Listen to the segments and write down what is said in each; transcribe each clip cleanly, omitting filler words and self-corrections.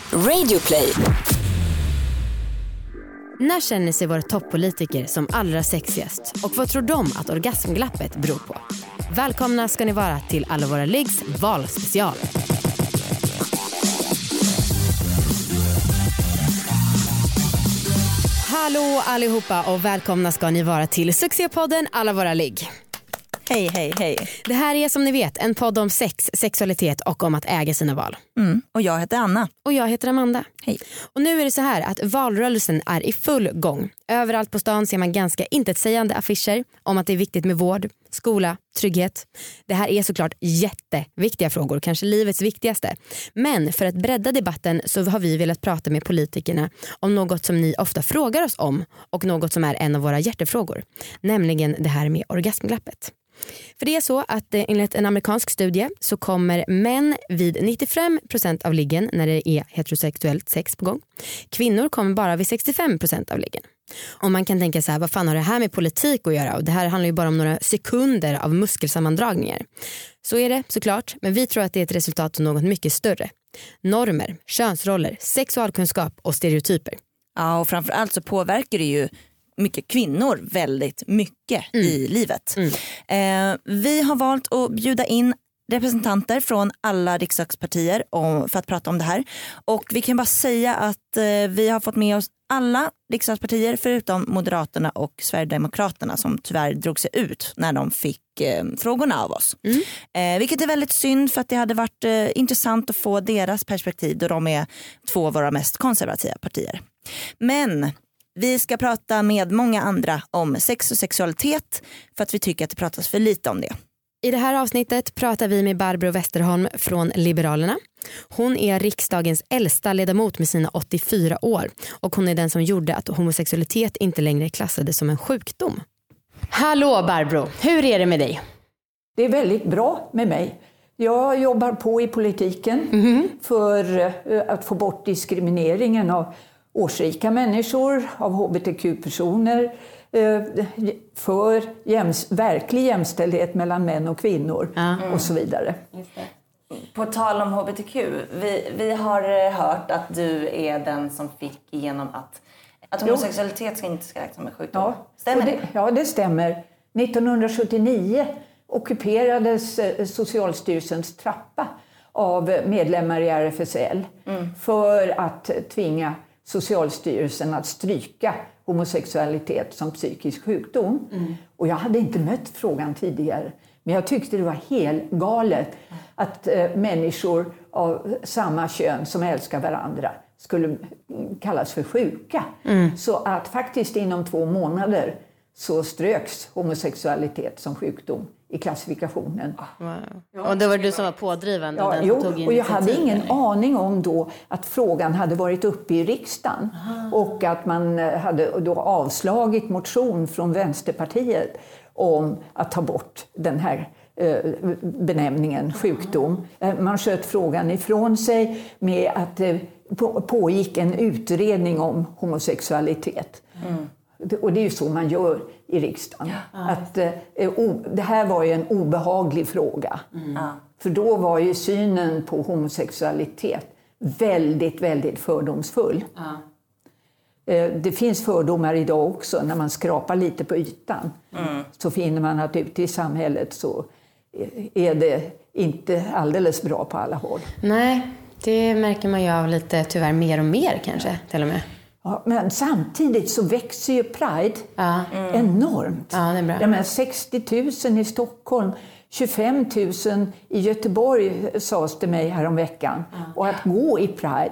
Radioplay. När känner sig våra toppolitiker som allra sexigast? Och vad tror de att orgasmglappet beror på? Välkomna ska ni vara till Alla våra liggs valspecial. Hallå allihopa och välkomna ska ni vara till succépodden Alla våra ligg. Hej, hej, hej. Det här är som ni vet en podd om sex, sexualitet och om att äga sina val. Och jag heter Anna. Och jag heter Amanda. Hej. Och nu är det så här att valrörelsen är i full gång. Överallt på stan ser man ganska intetsägande affischer om att det är viktigt med vård, skola, trygghet. Det här är såklart jätteviktiga frågor, kanske livets viktigaste. Men för att bredda debatten så har vi velat prata med politikerna om något som ni ofta frågar oss om och något som är en av våra hjärtefrågor. Nämligen det här med orgasmglappet. För det är så att enligt en amerikansk studie så kommer män vid 95% av liggen när det är heterosexuellt sex på gång. Kvinnor kommer bara vid 65% av liggen. Och man kan tänka så här, vad fan har det här med politik att göra? Och det här handlar ju bara om några sekunder av muskelsammandragningar. Så är det såklart, men vi tror att det är ett resultat av något mycket större. Normer, könsroller, sexualkunskap och stereotyper. Ja, och framförallt så påverkar det ju mycket kvinnor väldigt mycket i livet. Vi har valt att bjuda in representanter från alla riksdagspartier för att prata om det här. Och vi kan bara säga att vi har fått med oss alla riksdagspartier förutom Moderaterna och Sverigedemokraterna som tyvärr drog sig ut när de fick frågorna av oss. Vilket är väldigt synd för att det hade varit intressant att få deras perspektiv då de är två av våra mest konservativa partier. Men vi ska prata med många andra om sex och sexualitet för att vi tycker att det pratas för lite om det. I det här avsnittet pratar vi med Barbro Westerholm från Liberalerna. Hon är riksdagens äldsta ledamot med sina 84 år och hon är den som gjorde att homosexualitet inte längre klassades som en sjukdom. Hallå Barbro, hur är det med dig? Det är väldigt bra med mig. Jag jobbar på i politiken för att få bort diskrimineringen av årsrika människor, av hbtq-personer, för verklig jämställdhet mellan män och kvinnor och så vidare. Just det. På tal om hbtq, vi har hört att du är den som fick igenom att homosexualitet inte ska räknas som en sjukdom. Ja, stämmer det? Ja, det stämmer. 1979 ockuperades Socialstyrelsens trappa av medlemmar i RFSL för att tvinga Socialstyrelsen att stryka homosexualitet som psykisk sjukdom. Och jag hade inte mött frågan tidigare. Men jag tyckte det var helt galet att människor av samma kön som älskar varandra skulle kallas för sjuka. Så att faktiskt inom 2 månader så ströks homosexualitet som sjukdom i klassifikationen. Wow. Och det var du som var pådrivande. Och jag hade ingen aning om då att frågan hade varit uppe i riksdagen. Och att man hade då avslagit motion från Vänsterpartiet om att ta bort den här benämningen sjukdom. Man sköt frågan ifrån sig med att det pågick en utredning om homosexualitet. Och det är ju så man gör i riksdagen. Att det här var ju en obehaglig fråga. För då var ju synen på homosexualitet väldigt, väldigt fördomsfull. Det finns fördomar idag också. När man skrapar lite på ytan så finner man att ute i samhället så är det inte alldeles bra på alla håll. Nej, det märker man ju av lite tyvärr mer och mer kanske till och med. Ja, men samtidigt så växer ju Pride enormt. Ja, det är bra. Jag menar 60 000 i Stockholm, 25 000 i Göteborg sades det mig häromveckan. Och att gå i Pride,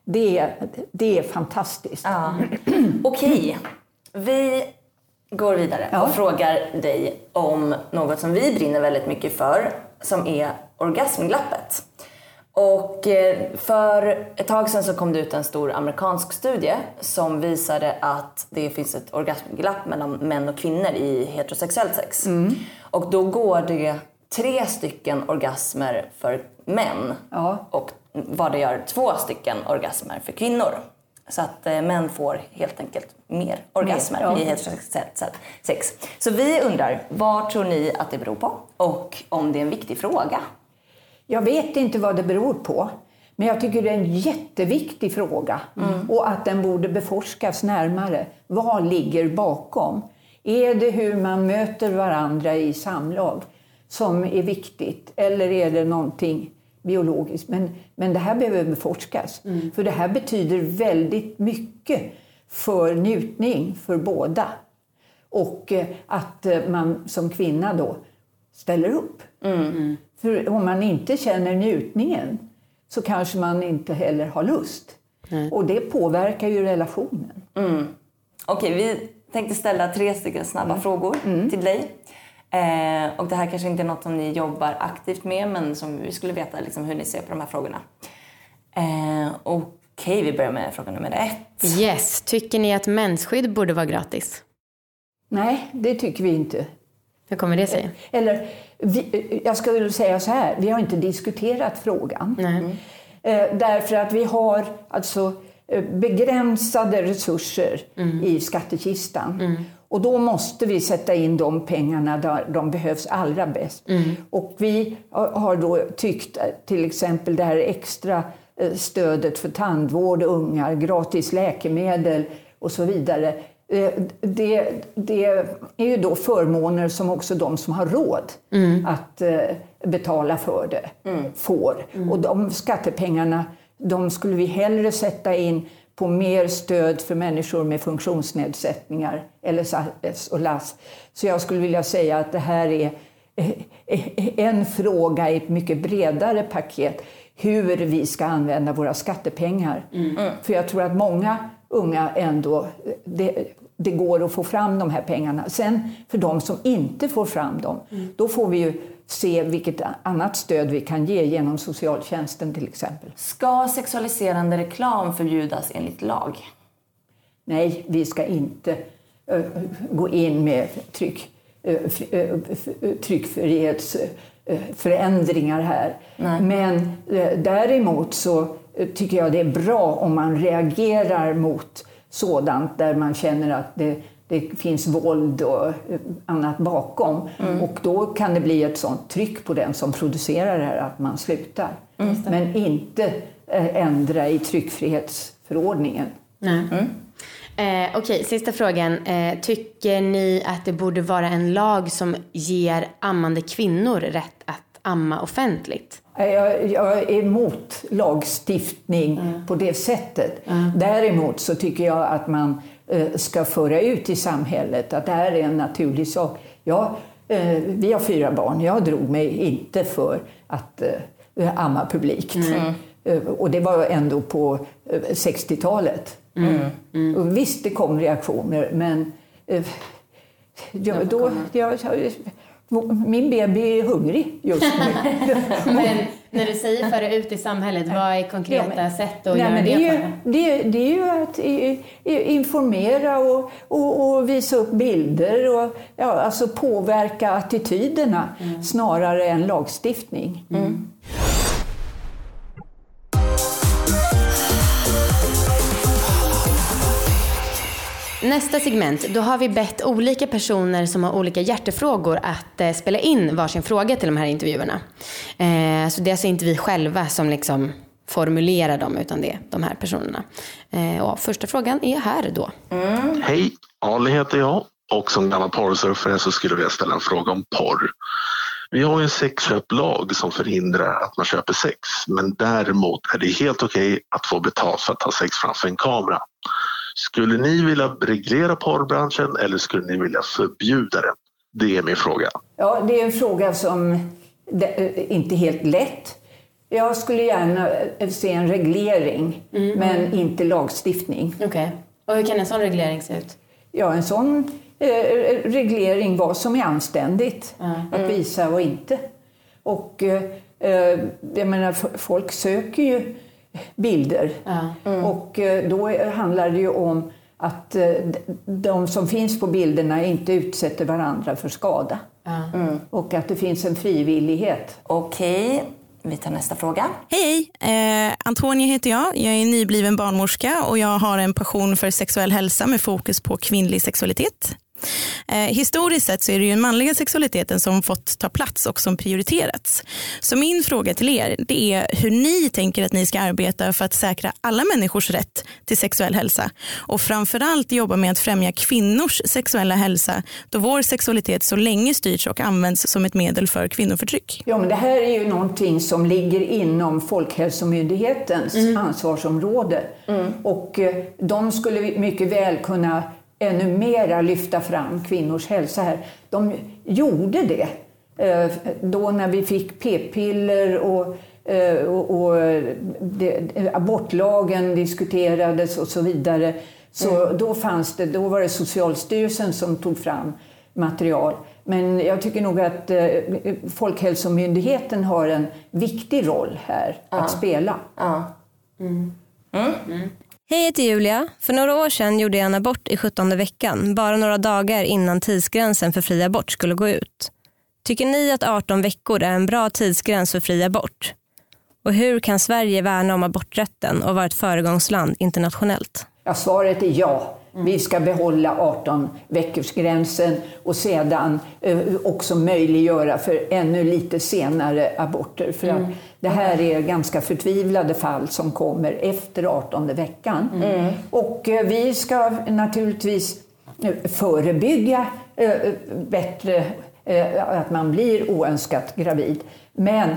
det är fantastiskt. Okej, vi går vidare och frågar dig om något som vi brinner väldigt mycket för, som är orgasmglappet. Och för ett tag sedan så kom det ut en stor amerikansk studie som visade att det finns ett orgasmglapp mellan män och kvinnor i heterosexuellt sex. Och då går det 3 stycken orgasmer för män och vad det gör 2 stycken orgasmer för kvinnor. Så att män får helt enkelt mer orgasmer i heterosexuellt sex. Så vi undrar, vad tror ni att det beror på? Och om det är en viktig fråga? Jag vet inte vad det beror på. Men jag tycker det är en jätteviktig fråga och att den borde beforskas närmare. Vad ligger bakom? Är det hur man möter varandra i samlag som är viktigt? Eller är det någonting biologiskt? Men det här behöver beforskas. För det här betyder väldigt mycket för njutning för båda. Och att man som kvinna då ställer upp. För om man inte känner njutningen så kanske man inte heller har lust. Och det påverkar ju relationen. Okej, vi tänkte ställa 3 stycken snabba frågor till dig. Och det här kanske inte är något som ni jobbar aktivt med, men som vi skulle veta liksom hur ni ser på de här frågorna. Okej, vi börjar med fråga nummer 1. Yes, tycker ni att mensskydd borde vara gratis? Nej, det tycker vi inte. Hur kommer det sig? Eller, jag skulle säga så här, vi har inte diskuterat frågan. Därför att vi har alltså begränsade resurser i skattekistan. Och då måste vi sätta in de pengarna där de behövs allra bäst. Och vi har då tyckt till exempel det här extra stödet för tandvård, ungar, gratis läkemedel och så vidare. Det är ju då förmåner som också de som har råd att betala för det får. Och de skattepengarna, de skulle vi hellre sätta in på mer stöd för människor med funktionsnedsättningar, LSS och LAS. Så jag skulle vilja säga att det här är en fråga i ett mycket bredare paket. Hur vi ska använda våra skattepengar. För jag tror att många unga ändå, det går att få fram de här pengarna. Sen för de som inte får fram dem, då får vi ju se vilket annat stöd vi kan ge genom socialtjänsten till exempel. Ska sexualiserande reklam förbjudas enligt lag? Nej, vi ska inte gå in med tryckfrihetsförändringar här. Nej. Men däremot så tycker jag det är bra om man reagerar mot sådant där man känner att det finns våld och annat bakom. Och då kan det bli ett sånt tryck på den som producerar det här att man slutar. Men inte ändra i tryckfrihetsförordningen. Okej, sista frågan. Tycker ni att det borde vara en lag som ger ammande kvinnor rätt att amma offentligt? Jag är emot lagstiftning på det sättet. Däremot så tycker jag att man ska föra ut i samhället att det här är en naturlig sak. Vi har 4 barn. Jag drog mig inte för att amma publikt. Och det var ändå på 60-talet. Och visst, det kom reaktioner, men min baby är hungrig just nu. Men när du säger föra ut i samhället, vad är konkreta sätt att göra det är ju att informera och visa upp bilder och alltså påverka attityderna snarare än lagstiftning. Nästa segment, då har vi bett olika personer som har olika hjärtefrågor att spela in varsin fråga till de här intervjuerna. Så det är alltså inte vi själva som liksom formulerar dem, utan det är de här personerna. Och första frågan är här då. Hej, Ali heter jag och som gammal porrsurfare så skulle jag vilja ställa en fråga om porr. Vi har en sexköplag som förhindrar att man köper sex, men däremot är det helt okej att få betalt för att ha sex framför en kamera. Skulle ni vilja reglera porrbranschen eller skulle ni vilja förbjuda den? Det är min fråga. Ja, det är en fråga som inte är helt lätt. Jag skulle gärna se en reglering, men inte lagstiftning. Okej. Och hur kan en sån reglering se ut? Ja, en sån reglering vad som är anständigt att visa och inte. Och jag menar, folk söker ju bilder. Och då handlar det ju om att de som finns på bilderna inte utsätter varandra för skada. Och att det finns en frivillighet. Okej, vi tar nästa fråga. Hej, Antonia heter jag. Jag är nybliven barnmorska och jag har en passion för sexuell hälsa med fokus på kvinnlig sexualitet. Historiskt sett så är det ju den manliga sexualiteten som fått ta plats och som prioriterats. Så min fråga till er, det är hur ni tänker att ni ska arbeta för att säkra alla människors rätt till sexuell hälsa och framförallt jobba med att främja kvinnors sexuella hälsa då vår sexualitet så länge styrts och används som ett medel för kvinnoförtryck. Ja, men det här är ju någonting som ligger inom Folkhälsomyndighetens ansvarsområde. Och de skulle mycket väl kunna ännu mera lyfta fram kvinnors hälsa här. De gjorde det då när vi fick p-piller och abortlagen diskuterades och så vidare. Så då var det Socialstyrelsen som tog fram material. Men jag tycker nog att Folkhälsomyndigheten har en viktig roll här att spela. Hej, jag heter Julia. För några år sedan gjorde jag en abort i 17:e veckan, bara några dagar innan tidsgränsen för fri abort skulle gå ut. Tycker ni att 18 veckor är en bra tidsgräns för fri abort? Och hur kan Sverige värna om aborträtten och vara ett föregångsland internationellt? Ja, svaret är ja. Vi ska behålla 18-veckorsgränsen och sedan också möjliggöra för ännu lite senare aborter. För att det här är ganska förtvivlade fall som kommer efter 18:e veckan. Och vi ska naturligtvis förebygga bättre att man blir oönskat gravid. Men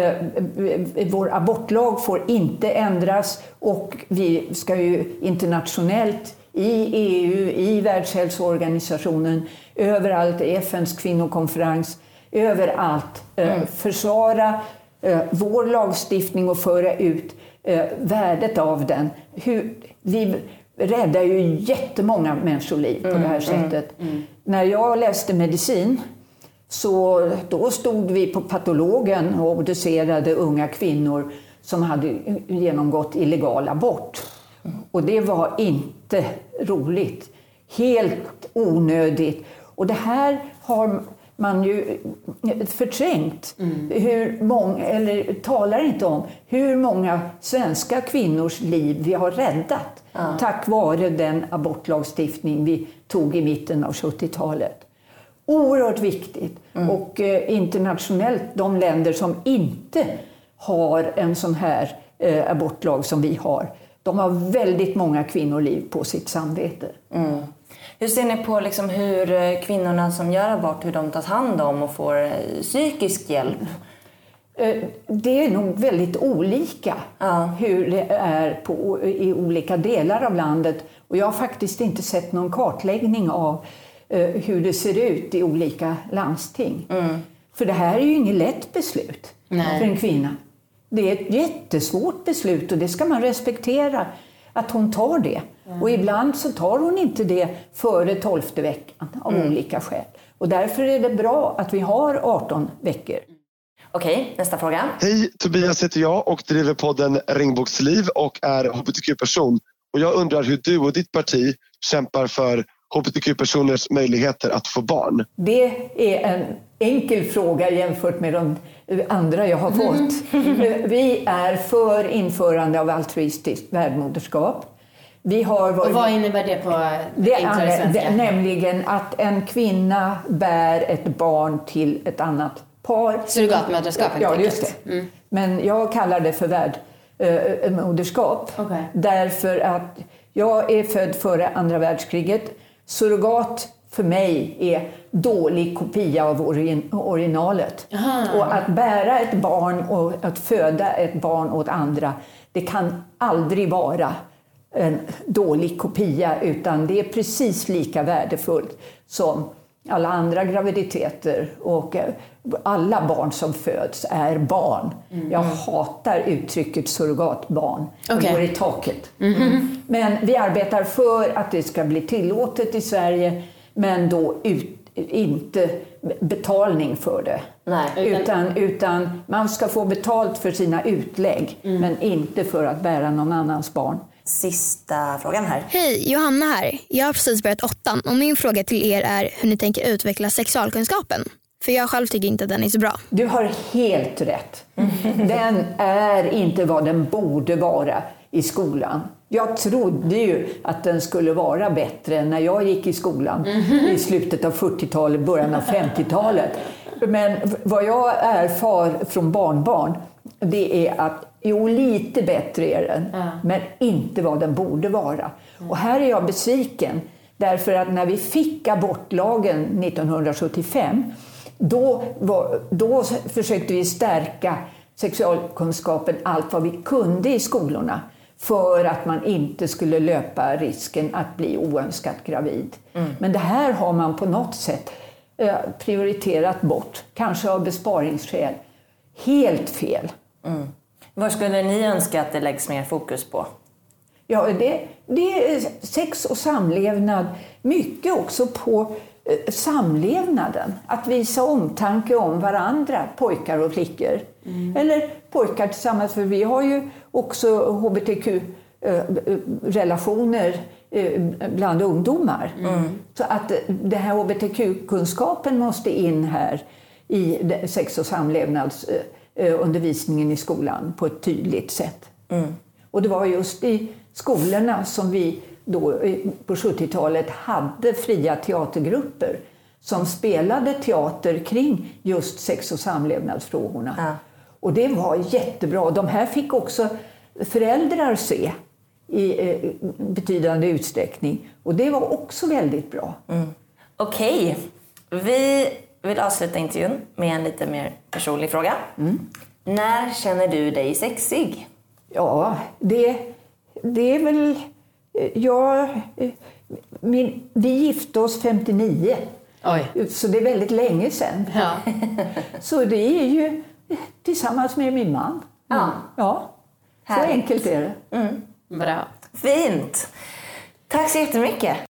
vår abortlag får inte ändras och vi ska ju internationellt i EU, i Världshälsoorganisationen, överallt i FNs kvinnokonferens, överallt försvara vår lagstiftning och föra ut värdet av den. Vi räddar ju jättemånga människoliv på det här sättet. När jag läste medicin så då stod vi på patologen och obducerade unga kvinnor som hade genomgått illegal abort. Och det var inte roligt. Helt onödigt. Och det här har man ju förträngt. Eller talar inte om hur många svenska kvinnors liv vi har räddat. Tack vare den abortlagstiftning vi tog i mitten av 70-talet. Oerhört viktigt. Och internationellt, de länder som inte har en sån här abortlag som vi har, de har väldigt många kvinnoliv på sitt samvete. Hur ser ni på liksom hur kvinnorna som gör abort, hur de tas hand om och får psykisk hjälp? Det är nog väldigt olika hur det är i olika delar av landet. Och jag har faktiskt inte sett någon kartläggning av hur det ser ut i olika landsting. För det här är ju inget lätt beslut för en kvinna. Det är ett jättesvårt beslut och det ska man respektera att hon tar det. Och ibland så tar hon inte det före 12:e veckan av olika skäl. Och därför är det bra att vi har 18 veckor. Okej, nästa fråga. Hej, Tobias heter jag och driver podden Regnbågsliv och är hbtq-person. Och jag undrar hur du och ditt parti kämpar för hbtq-personers möjligheter att få barn. Det är en enkel fråga jämfört med de andra jag har fått. Vi är för införande av altruistiskt värdmoderskap. Och vad innebär det på enklare svenska? Nämligen att en kvinna bär ett barn till ett annat par. Surrogatmödraskap. Ja, just det. Men jag kallar det för värdmoderskap. Okay. Därför att jag är född före andra världskriget. Surrogat för mig är dålig kopia av originalet. Och att bära ett barn och att föda ett barn åt andra, det kan aldrig vara en dålig kopia, utan det är precis lika värdefullt som alla andra graviditeter, och alla barn som föds är barn. Jag hatar uttrycket surrogatbarn. Det går i taket. Men vi arbetar för att det ska bli tillåtet i Sverige, men då inte betalning för det. Nej, utan man ska få betalt för sina utlägg, men inte för att bära någon annans barn. Sista frågan här. Hej, Johanna här. Jag har precis börjat 8:an och min fråga till er är hur ni tänker utveckla sexualkunskapen. För jag själv tycker inte att den är så bra. Du har helt rätt. Den är inte vad den borde vara i skolan. Jag trodde ju att den skulle vara bättre när jag gick i skolan i slutet av 40-talet, början av 50-talet. Men vad jag erfar från barnbarn, det är att lite bättre är den, men inte vad den borde vara. Och här är jag besviken, därför att när vi fick abortlagen 1975, då försökte vi stärka sexualkunskapen allt vad vi kunde i skolorna, för att man inte skulle löpa risken att bli oönskat gravid. Men det här har man på något sätt prioriterat bort, kanske av besparingsskäl. Helt fel. Vad skulle ni önska att det läggs mer fokus på? Ja, det är sex och samlevnad. Mycket också på samlevnaden. Att visa omtanke om varandra, pojkar och flickor. Eller pojkar tillsammans, för vi har ju också hbtq-relationer bland ungdomar. Så att det här hbtq-kunskapen måste in här i sex- och samlevnadsundervisningen i skolan på ett tydligt sätt. Och det var just i skolorna som vi då på 70-talet hade fria teatergrupper som spelade teater kring just sex- och samlevnadsfrågorna. Och det var jättebra. De här fick också föräldrar se i betydande utsträckning. Och det var också väldigt bra. Okej, vi vill avsluta intervjun med en lite mer personlig fråga. När känner du dig sexig? Ja, det är väl... vi gifte oss 59. Oj. Så det är väldigt länge sedan. Ja. Så det är ju tillsammans med min man. Ja. Så Härligt. enkelt är det. Bra. Fint. Tack så jättemycket.